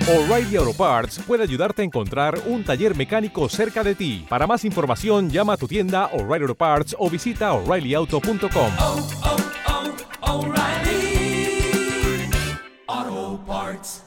O'Reilly Auto Parts puede ayudarte a encontrar un taller mecánico cerca de ti. Para más información, llama a tu tienda O'Reilly Auto Parts o visita O'ReillyAuto.com. O'Reilly Auto Parts.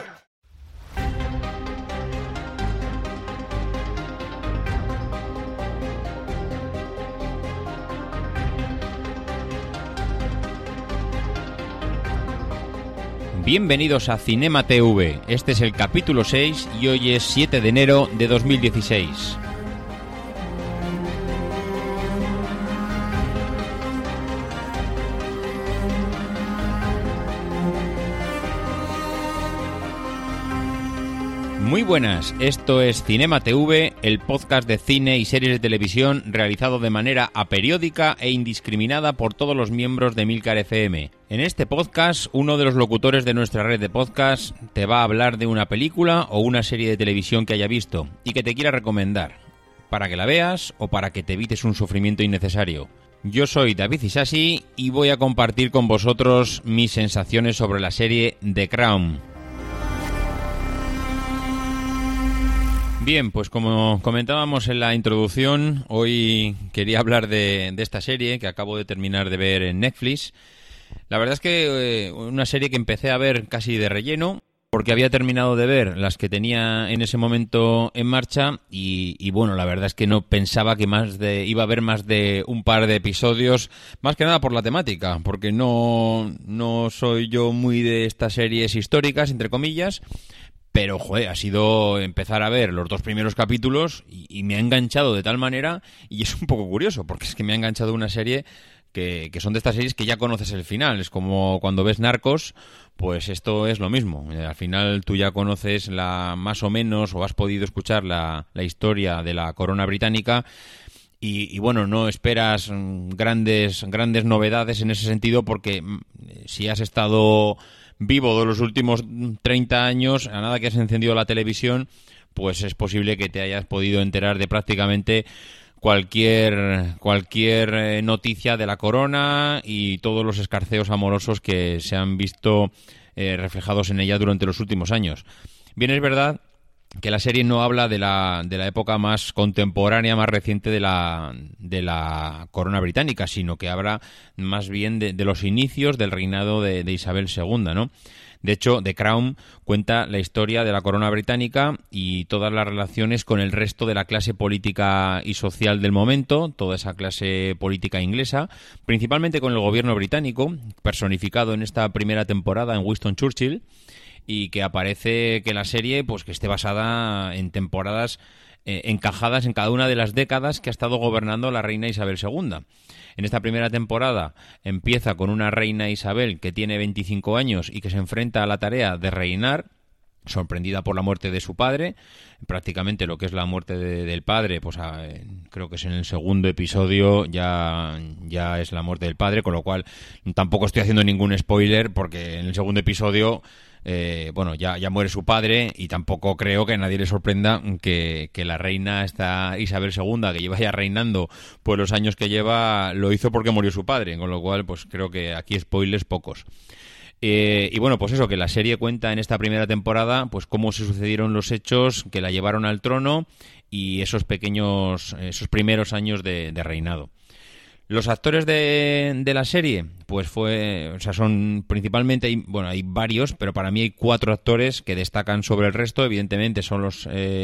Bienvenidos a Cinema TV, este es el capítulo 6 y hoy es 7 de enero de 2016. Muy buenas, esto es Cinema TV, el podcast de cine y series de televisión realizado de manera aperiódica e indiscriminada por todos los miembros de Milcar FM. En este podcast, uno de los locutores de nuestra red de podcast te va a hablar de una película o una serie de televisión que haya visto y que te quiera recomendar, para que la veas o para que te evites un sufrimiento innecesario. Yo soy David Isasi y voy a compartir con vosotros mis sensaciones sobre la serie The Crown. Bien, pues como comentábamos en la introducción, hoy quería hablar de esta serie que acabo de terminar de ver en Netflix. La verdad es que una serie que empecé a ver casi de relleno, porque había terminado de ver las que tenía en ese momento en marcha y bueno, la verdad es que no pensaba que iba a haber más de un par de episodios, más que nada por la temática, porque no soy yo muy de estas series históricas, entre comillas. Pero, joder, ha sido empezar a ver los dos primeros capítulos y me ha enganchado de tal manera, y es un poco curioso, porque es que me ha enganchado una serie que son de estas series que ya conoces el final. Es como cuando ves Narcos, pues esto es lo mismo. Al final tú ya conoces más o menos, o has podido escuchar la historia de la corona británica, y bueno, no esperas grandes novedades en ese sentido, porque si has estado vivo de los últimos 30 años, a nada que has encendido la televisión, pues es posible que te hayas podido enterar de prácticamente cualquier noticia de la corona y todos los escarceos amorosos que se han visto reflejados en ella durante los últimos años. Bien, es verdad que la serie no habla de la época más contemporánea, más reciente de la corona británica, sino que habla más bien de los inicios del reinado de Isabel II, ¿no? De hecho, The Crown cuenta la historia de la corona británica y todas las relaciones con el resto de la clase política y social del momento, toda esa clase política inglesa, principalmente con el gobierno británico, personificado en esta primera temporada en Winston Churchill, y que aparece que la serie, pues que esté basada en temporadas encajadas en cada una de las décadas que ha estado gobernando la reina Isabel II. En esta primera temporada empieza con una reina Isabel que tiene 25 años y que se enfrenta a la tarea de reinar, sorprendida por la muerte de su padre. Prácticamente lo que es la muerte del padre, pues creo que es en el segundo episodio ya es la muerte del padre, con lo cual tampoco estoy haciendo ningún spoiler, porque en el segundo episodio ya muere su padre, y tampoco creo que a nadie le sorprenda que la reina esta Isabel II, que lleva ya reinando pues los años que lleva, lo hizo porque murió su padre, con lo cual pues creo que aquí spoilers pocos. Y bueno, pues eso, que la serie cuenta en esta primera temporada pues cómo se sucedieron los hechos que la llevaron al trono y esos primeros años de reinado. Los actores de la serie, pues son principalmente, hay varios, pero para mí hay 4 actores que destacan sobre el resto. Evidentemente son los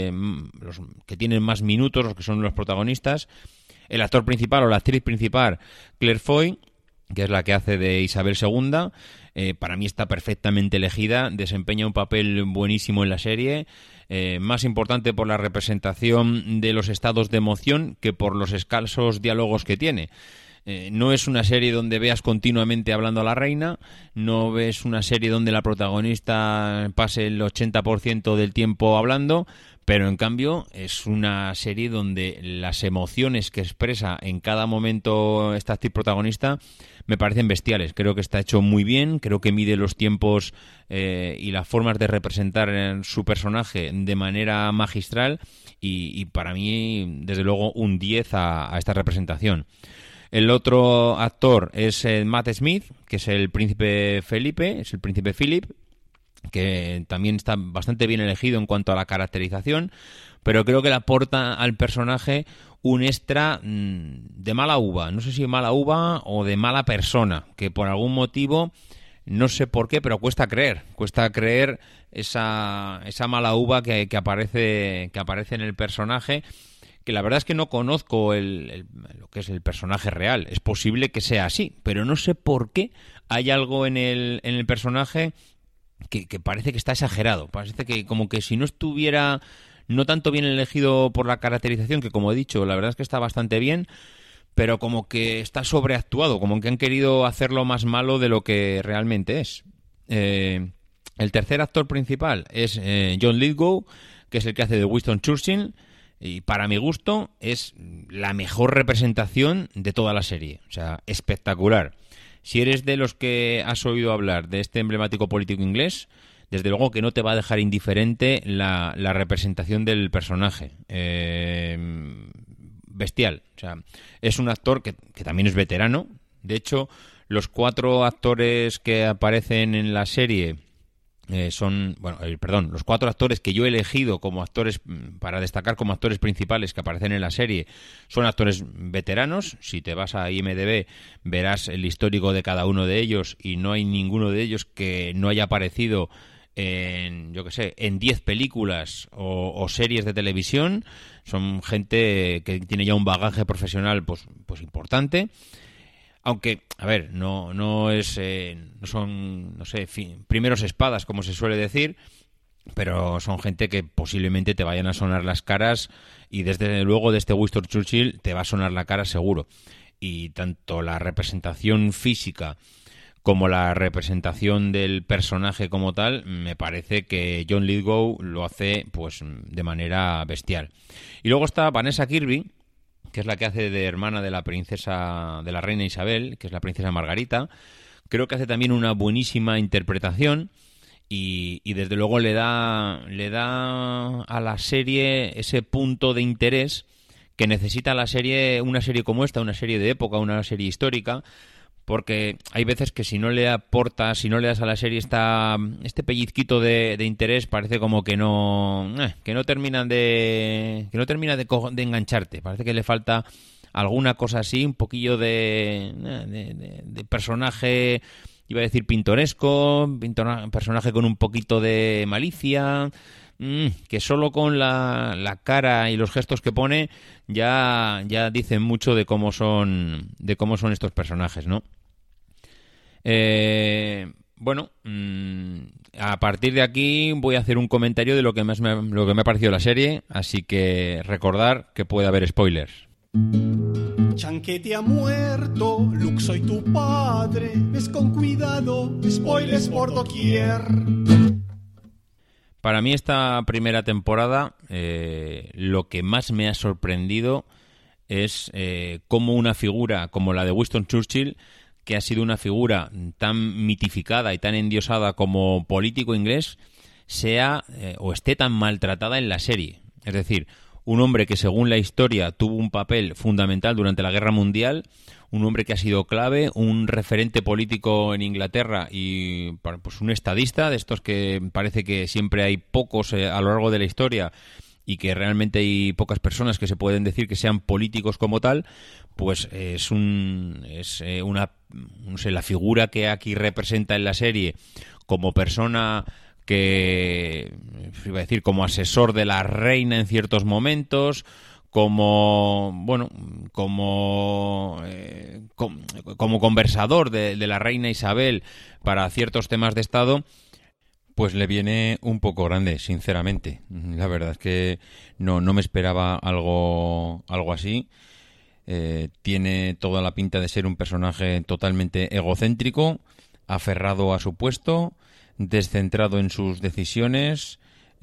que tienen más minutos, los que son los protagonistas. El actor principal o la actriz principal, Claire Foy, que es la que hace de Isabel II, para mí está perfectamente elegida, desempeña un papel buenísimo en la serie, más importante por la representación de los estados de emoción que por los escasos diálogos que tiene. No es una serie donde veas continuamente hablando a la reina, no ves una serie donde la protagonista pase el 80% del tiempo hablando, pero en cambio es una serie donde las emociones que expresa en cada momento esta actriz protagonista me parecen bestiales. Creo que está hecho muy bien, creo que mide los tiempos y las formas de representar su personaje de manera magistral, y para mí, desde luego, un 10 a esta representación. El otro actor es Matt Smith, que es el príncipe Philip, que también está bastante bien elegido en cuanto a la caracterización, pero creo que le aporta al personaje un extra de mala uva, no sé si mala uva o de mala persona, que por algún motivo, no sé por qué, pero cuesta creer esa mala uva que aparece en el personaje, que la verdad es que no conozco lo que es el personaje real. Es posible que sea así, pero no sé por qué hay algo en el personaje que parece que está exagerado. Parece que como que si no estuviera no tanto bien elegido por la caracterización, que como he dicho, la verdad es que está bastante bien, pero como que está sobreactuado, como que han querido hacerlo más malo de lo que realmente es. El tercer actor principal es John Lithgow, que es el que hace de Winston Churchill, y para mi gusto es la mejor representación de toda la serie. O sea, espectacular. Si eres de los que has oído hablar de este emblemático político inglés, desde luego que no te va a dejar indiferente la representación del personaje. Bestial. O sea, es un actor que también es veterano. De hecho, los 4 actores que aparecen en la serie los 4 actores que yo he elegido como actores para destacar como actores principales que aparecen en la serie son actores veteranos. Si te vas a IMDb verás el histórico de cada uno de ellos y no hay ninguno de ellos que no haya aparecido en 10 películas o series de televisión. Son gente que tiene ya un bagaje profesional pues importante. Aunque, a ver, no son primeros espadas, como se suele decir, pero son gente que posiblemente te vayan a sonar las caras, y desde luego de este Winston Churchill te va a sonar la cara seguro. Y tanto la representación física como la representación del personaje como tal, me parece que John Lithgow lo hace pues de manera bestial. Y luego está Vanessa Kirby, que es la que hace de hermana de la reina Isabel, que es la princesa Margarita. Creo que hace también una buenísima interpretación y desde luego le da a la serie ese punto de interés que necesita una serie como esta, una serie de época, una serie histórica, porque hay veces que si no le das a la serie este pellizquito de interés, parece como que no termina de engancharte. Parece que le falta alguna cosa así, un poquillo de personaje, iba a decir pintoresco, personaje con un poquito de malicia, que solo con la cara y los gestos que pone ya dicen mucho de cómo son estos personajes, ¿no? A partir de aquí voy a hacer un comentario de lo que me ha parecido la serie, así que recordar que puede haber spoilers. Chanquete ha muerto, Luke soy tu padre, ves con cuidado, spoilers por doquier. Para mí esta primera temporada lo que más me ha sorprendido es cómo una figura como la de Winston Churchill, que ha sido una figura tan mitificada y tan endiosada como político inglés, sea o esté tan maltratada en la serie. Es decir, un hombre que según la historia tuvo un papel fundamental durante la Guerra Mundial, un hombre que ha sido clave, un referente político en Inglaterra y pues un estadista, de estos que parece que siempre hay pocos a lo largo de la historia y que realmente hay pocas personas que se pueden decir que sean políticos como tal, pues la figura que aquí representa en la serie como persona que, iba a decir, como asesor de la reina en ciertos momentos, como conversador de la reina Isabel para ciertos temas de Estado, pues le viene un poco grande, sinceramente. La verdad es que no me esperaba algo así. Tiene toda la pinta de ser un personaje totalmente egocéntrico, aferrado a su puesto, descentrado en sus decisiones,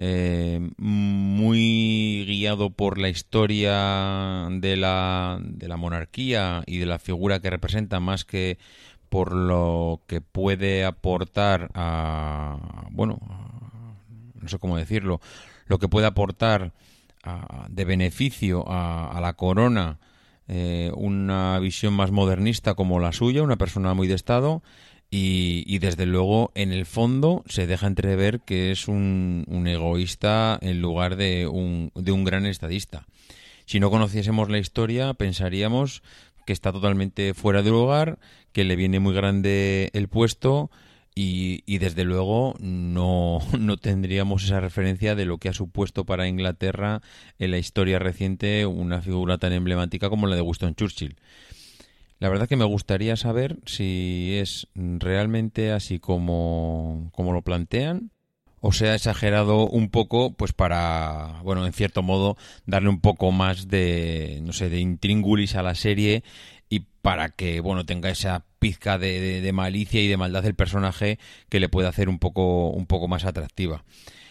muy guiado por la historia de la monarquía y de la figura que representa, más que por lo que puede aportar no sé cómo decirlo, lo que puede aportar de beneficio a la corona, una visión más modernista como la suya, una persona muy de Estado, y desde luego en el fondo se deja entrever que es un egoísta en lugar de un gran estadista. Si no conociésemos la historia, pensaríamos que está totalmente fuera de lugar, que le viene muy grande el puesto y desde luego no tendríamos esa referencia de lo que ha supuesto para Inglaterra en la historia reciente una figura tan emblemática como la de Winston Churchill. La verdad que me gustaría saber si es realmente así como lo plantean, o se ha exagerado un poco, pues para, bueno, en cierto modo, darle un poco más de, no sé, de intríngulis a la serie y para que, bueno, tenga esa pizca de malicia y de maldad el personaje que le pueda hacer un poco más atractiva.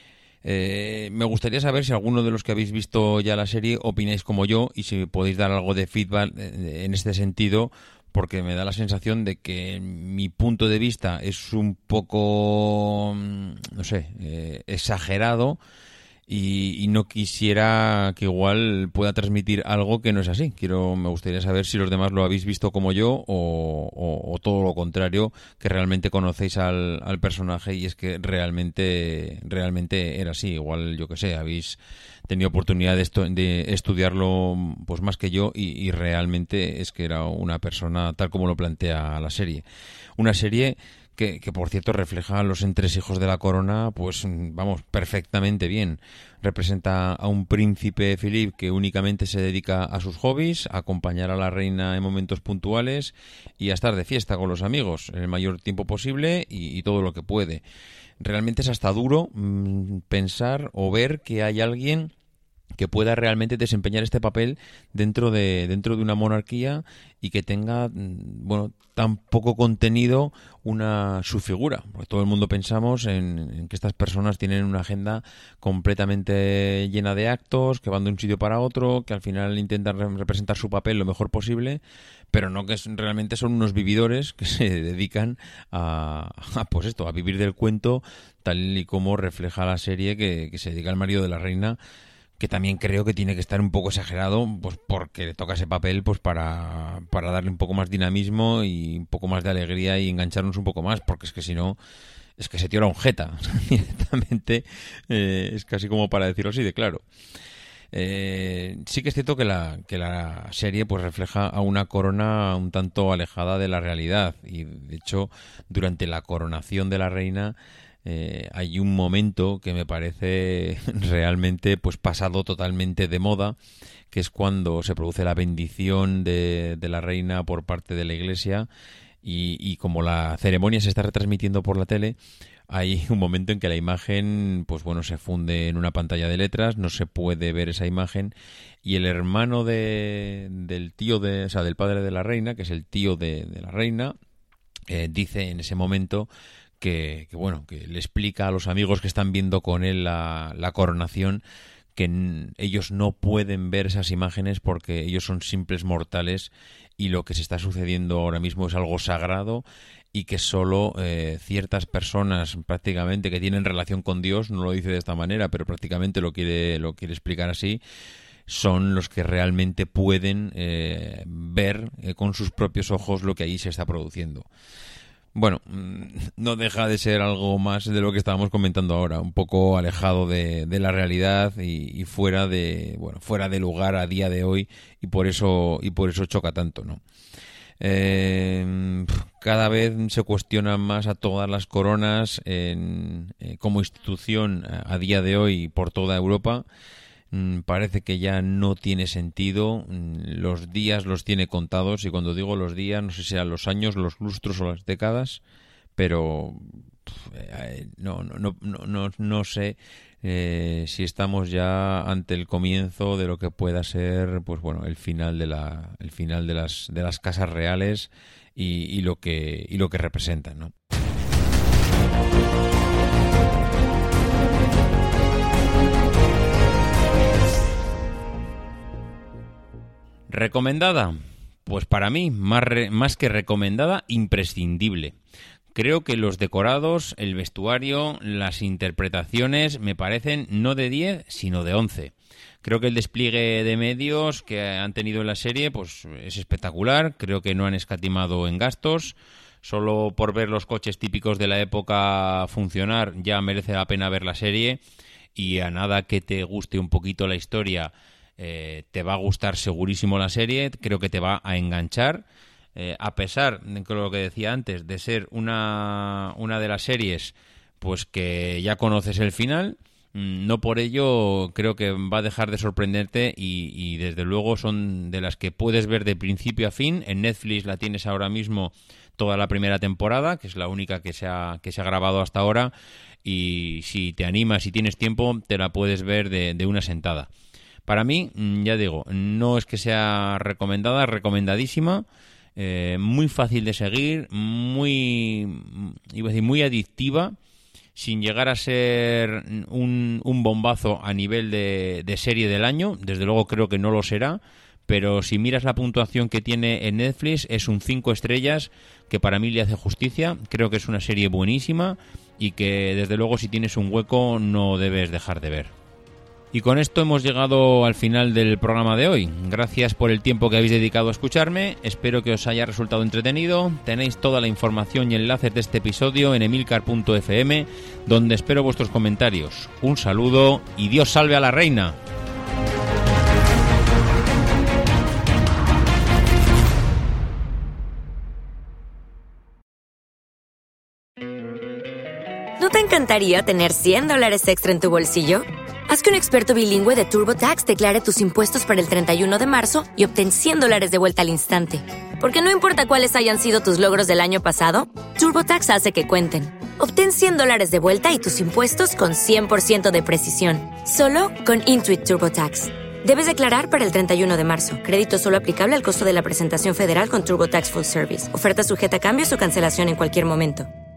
Me gustaría saber si alguno de los que habéis visto ya la serie opináis como yo y si podéis dar algo de feedback en este sentido, porque me da la sensación de que mi punto de vista es un poco, no sé, exagerado y no quisiera que igual pueda transmitir algo que no es así. Me gustaría saber si los demás lo habéis visto como yo o todo lo contrario, que realmente conocéis al personaje y es que realmente era así. Igual, yo que sé, habéis tenido oportunidad de estudiarlo pues más que yo y realmente es que era una persona tal como lo plantea la serie. Una serie que por cierto refleja a los entresijos de la corona, pues vamos, perfectamente bien. Representa a un príncipe Philip que únicamente se dedica a sus hobbies, a acompañar a la reina en momentos puntuales y a estar de fiesta con los amigos en el mayor tiempo posible y todo lo que puede. Realmente es hasta duro pensar o ver que hay alguien que pueda realmente desempeñar este papel dentro de una monarquía y que tenga, bueno, tan poco contenido su figura. Porque todo el mundo pensamos en que estas personas tienen una agenda completamente llena de actos, que van de un sitio para otro, que al final intentan representar su papel lo mejor posible, pero no que realmente son unos vividores que se dedican pues esto, a vivir del cuento, tal y como refleja la serie que se dedica al marido de la reina, que también creo que tiene que estar un poco exagerado, pues porque le toca ese papel pues para darle un poco más dinamismo y un poco más de alegría y engancharnos un poco más, porque es que si no, es que ese tío era un jeta, directamente, es casi como para decirlo así de claro. Sí que es cierto que la serie pues refleja a una corona un tanto alejada de la realidad y de hecho durante la coronación de la reina hay un momento que me parece realmente pues pasado totalmente de moda, que es cuando se produce la bendición de la reina por parte de la iglesia y como la ceremonia se está retransmitiendo por la tele, hay un momento en que la imagen pues bueno se funde en una pantalla de letras, no se puede ver esa imagen y el hermano del tío del padre de la reina, que es el tío de la reina, dice en ese momento que le explica a los amigos que están viendo con él la coronación que ellos no pueden ver esas imágenes porque ellos son simples mortales y lo que se está sucediendo ahora mismo es algo sagrado y que solo ciertas personas prácticamente que tienen relación con Dios, no lo dice de esta manera, pero prácticamente lo quiere explicar así, son los que realmente pueden ver con sus propios ojos lo que ahí se está produciendo. Bueno, no deja de ser algo más de lo que estábamos comentando ahora, un poco alejado de la realidad y fuera de lugar a día de hoy y por eso choca tanto, ¿no? Cada vez se cuestionan más a todas las coronas como institución a día de hoy por toda Europa. Parece que ya no tiene sentido, los días los tiene contados y cuando digo los días no sé si sean los años, los lustros o las décadas, pero no sé si estamos ya ante el comienzo de lo que pueda ser pues bueno el final de las casas reales y lo que representan, ¿no? ¿Recomendada? Pues para mí, más que recomendada, imprescindible. Creo que los decorados, el vestuario, las interpretaciones me parecen no de 10, sino de 11. Creo que el despliegue de medios que han tenido en la serie pues es espectacular. Creo que no han escatimado en gastos. solo por ver los coches típicos de la época funcionar ya merece la pena ver la serie, y a nada que te guste un poquito la historia te va a gustar segurísimo la serie. Creo que te va a enganchar, a pesar de lo que decía antes, de ser una de las series pues que ya conoces el final. No por ello creo que va a dejar de sorprenderte, y desde luego son de las que puedes ver de principio a fin. En Netflix la tienes ahora mismo toda la primera temporada, que es la única que se ha grabado hasta ahora, y si te animas y tienes tiempo te la puedes ver de una sentada. Para mí, ya digo, no es que sea recomendada, recomendadísima, muy fácil de seguir, muy adictiva, sin llegar a ser un bombazo a nivel de serie del año. Desde luego creo que no lo será, pero si miras la puntuación que tiene en Netflix, es un 5 estrellas, que para mí le hace justicia. Creo que es una serie buenísima y que desde luego si tienes un hueco no debes dejar de ver. Y con esto hemos llegado al final del programa de hoy. Gracias por el tiempo que habéis dedicado a escucharme. Espero que os haya resultado entretenido. Tenéis toda la información y enlaces de este episodio en emilcar.fm, donde espero vuestros comentarios. Un saludo y Dios salve a la reina. ¿No te encantaría tener $100 extra en tu bolsillo? Haz que un experto bilingüe de TurboTax declare tus impuestos para el 31 de marzo y obtén $100 de vuelta al instante. Porque no importa cuáles hayan sido tus logros del año pasado, TurboTax hace que cuenten. Obtén $100 de vuelta y tus impuestos con 100% de precisión. Solo con Intuit TurboTax. Debes declarar para el 31 de marzo. Crédito solo aplicable al costo de la presentación federal con TurboTax Full Service. Oferta sujeta a cambios o cancelación en cualquier momento.